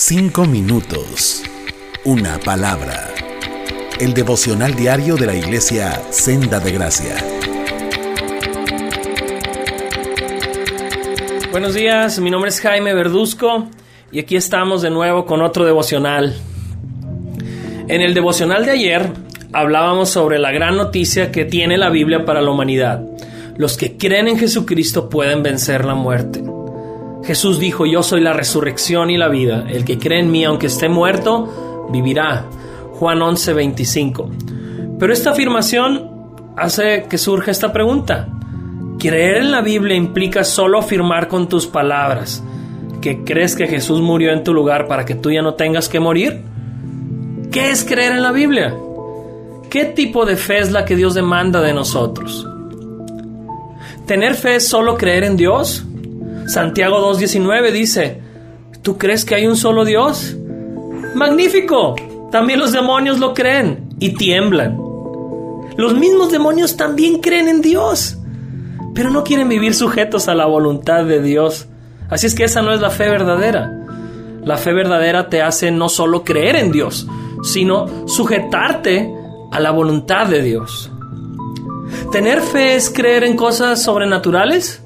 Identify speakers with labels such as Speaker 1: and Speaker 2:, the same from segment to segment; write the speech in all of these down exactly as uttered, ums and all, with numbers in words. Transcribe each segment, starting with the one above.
Speaker 1: Cinco minutos, una palabra. El devocional diario de la Iglesia Senda de Gracia.
Speaker 2: Buenos días, mi nombre es Jaime Verduzco y aquí estamos de nuevo con otro devocional. En el devocional de ayer hablábamos sobre la gran noticia que tiene la Biblia para la humanidad. Los que creen en Jesucristo pueden vencer la muerte. Jesús dijo: yo soy la resurrección y la vida. El que cree en mí, aunque esté muerto, vivirá. Juan once, veinticinco. Pero esta afirmación hace que surja esta pregunta. ¿Creer en la Biblia implica solo afirmar con tus palabras que crees que Jesús murió en tu lugar para que tú ya no tengas que morir? ¿Qué es creer en la Biblia? ¿Qué tipo de fe es la que Dios demanda de nosotros? ¿Tener fe es solo creer en Dios? Santiago dos diecinueve dice: ¿tú crees que hay un solo Dios? ¡Magnífico! También los demonios lo creen y tiemblan. Los mismos demonios también creen en Dios, pero no quieren vivir sujetos a la voluntad de Dios. Así es que esa no es la fe verdadera. La fe verdadera te hace no solo creer en Dios, sino sujetarte a la voluntad de Dios. ¿Tener fe es creer en cosas sobrenaturales?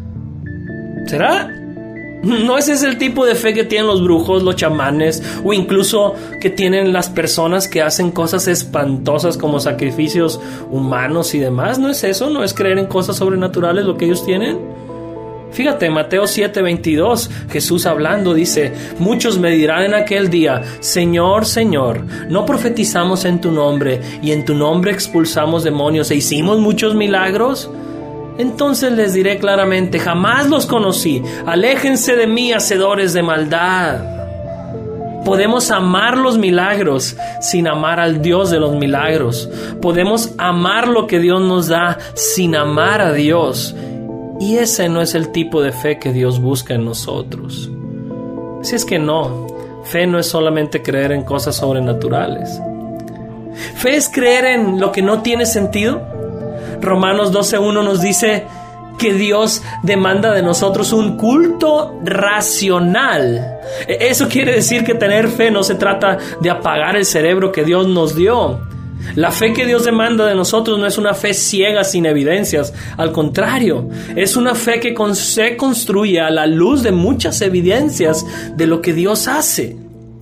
Speaker 2: ¿Será? ¿No ese es el tipo de fe que tienen los brujos, los chamanes, o incluso que tienen las personas que hacen cosas espantosas como sacrificios humanos y demás? ¿No es eso? ¿No es creer en cosas sobrenaturales lo que ellos tienen? Fíjate, Mateo siete, veintidós, Jesús hablando dice: muchos me dirán en aquel día: Señor, Señor, ¿no profetizamos en tu nombre y en tu nombre expulsamos demonios e hicimos muchos milagros? Entonces les diré claramente: jamás los conocí, aléjense de mí, hacedores de maldad. Podemos amar los milagros sin amar al Dios de los milagros. Podemos amar lo que Dios nos da sin amar a Dios. Y ese no es el tipo de fe que Dios busca en nosotros. Si es que no, fe no es solamente creer en cosas sobrenaturales. Fe es creer en lo que no tiene sentido. Romanos doce uno nos dice que Dios demanda de nosotros un culto racional. Eso quiere decir que tener fe no se trata de apagar el cerebro que Dios nos dio. La fe que Dios demanda de nosotros no es una fe ciega sin evidencias. Al contrario, es una fe que se construye a la luz de muchas evidencias de lo que Dios hace.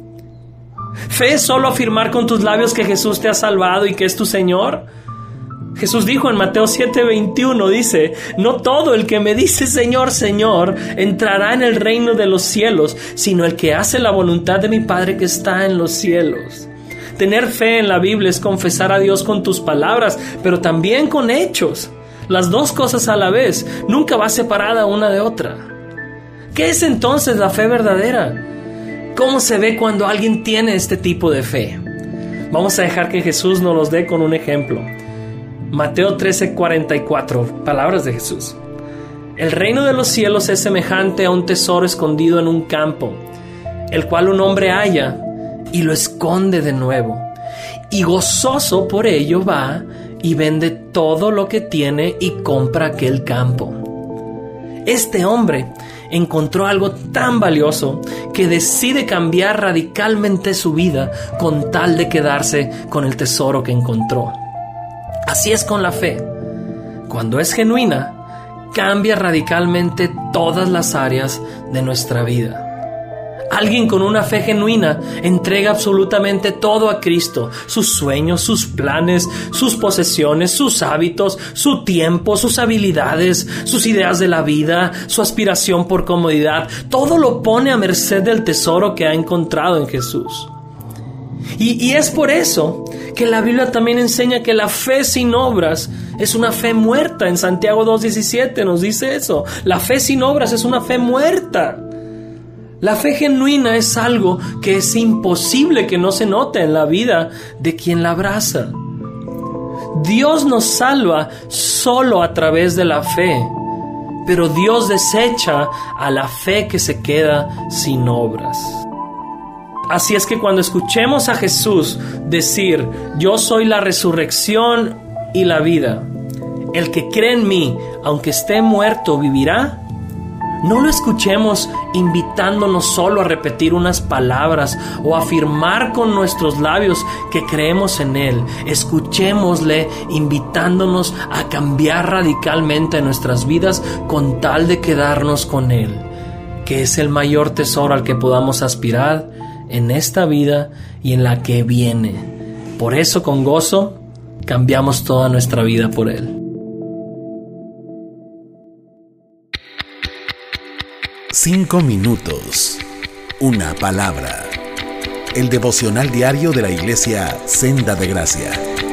Speaker 2: ¿Fe es solo afirmar con tus labios que Jesús te ha salvado y que es tu Señor? Jesús dijo en Mateo siete, veintiuno, dice: no todo el que me dice Señor, Señor entrará en el reino de los cielos, sino el que hace la voluntad de mi Padre que está en los cielos. Tener fe en la Biblia es confesar a Dios con tus palabras, pero también con hechos. Las dos cosas a la vez, nunca va separada una de otra. ¿Qué es entonces la fe verdadera? ¿Cómo se ve cuando alguien tiene este tipo de fe? Vamos a dejar que Jesús nos los dé con un ejemplo. Mateo trece, cuarenta y cuatro, palabras de Jesús. El reino de los cielos es semejante a un tesoro escondido en un campo, el cual un hombre halla y lo esconde de nuevo, y gozoso por ello va y vende todo lo que tiene y compra aquel campo. Este hombre encontró algo tan valioso que decide cambiar radicalmente su vida con tal de quedarse con el tesoro que encontró. Así es con la fe. Cuando es genuina, cambia radicalmente todas las áreas de nuestra vida. Alguien con una fe genuina entrega absolutamente todo a Cristo: sus sueños, sus planes, sus posesiones, sus hábitos, su tiempo, sus habilidades, sus ideas de la vida, su aspiración por comodidad. Todo lo pone a merced del tesoro que ha encontrado en Jesús. Y, y es por eso que la Biblia también enseña que la fe sin obras es una fe muerta. En Santiago dos diecisiete nos dice eso. La fe sin obras es una fe muerta. La fe genuina es algo que es imposible que no se note en la vida de quien la abraza. Dios nos salva solo a través de la fe, pero Dios desecha a la fe que se queda sin obras. Así es que cuando escuchemos a Jesús decir: yo soy la resurrección y la vida, el que cree en mí, aunque esté muerto, vivirá, No lo escuchemos invitándonos solo a repetir unas palabras o afirmar con nuestros labios que creemos en Él. Escuchémosle invitándonos a cambiar radicalmente nuestras vidas con tal de quedarnos con Él, que es el mayor tesoro al que podamos aspirar en esta vida y en la que viene. Por eso, con gozo, cambiamos toda nuestra vida por Él.
Speaker 1: Cinco minutos, una palabra. El devocional diario de la Iglesia Senda de Gracia.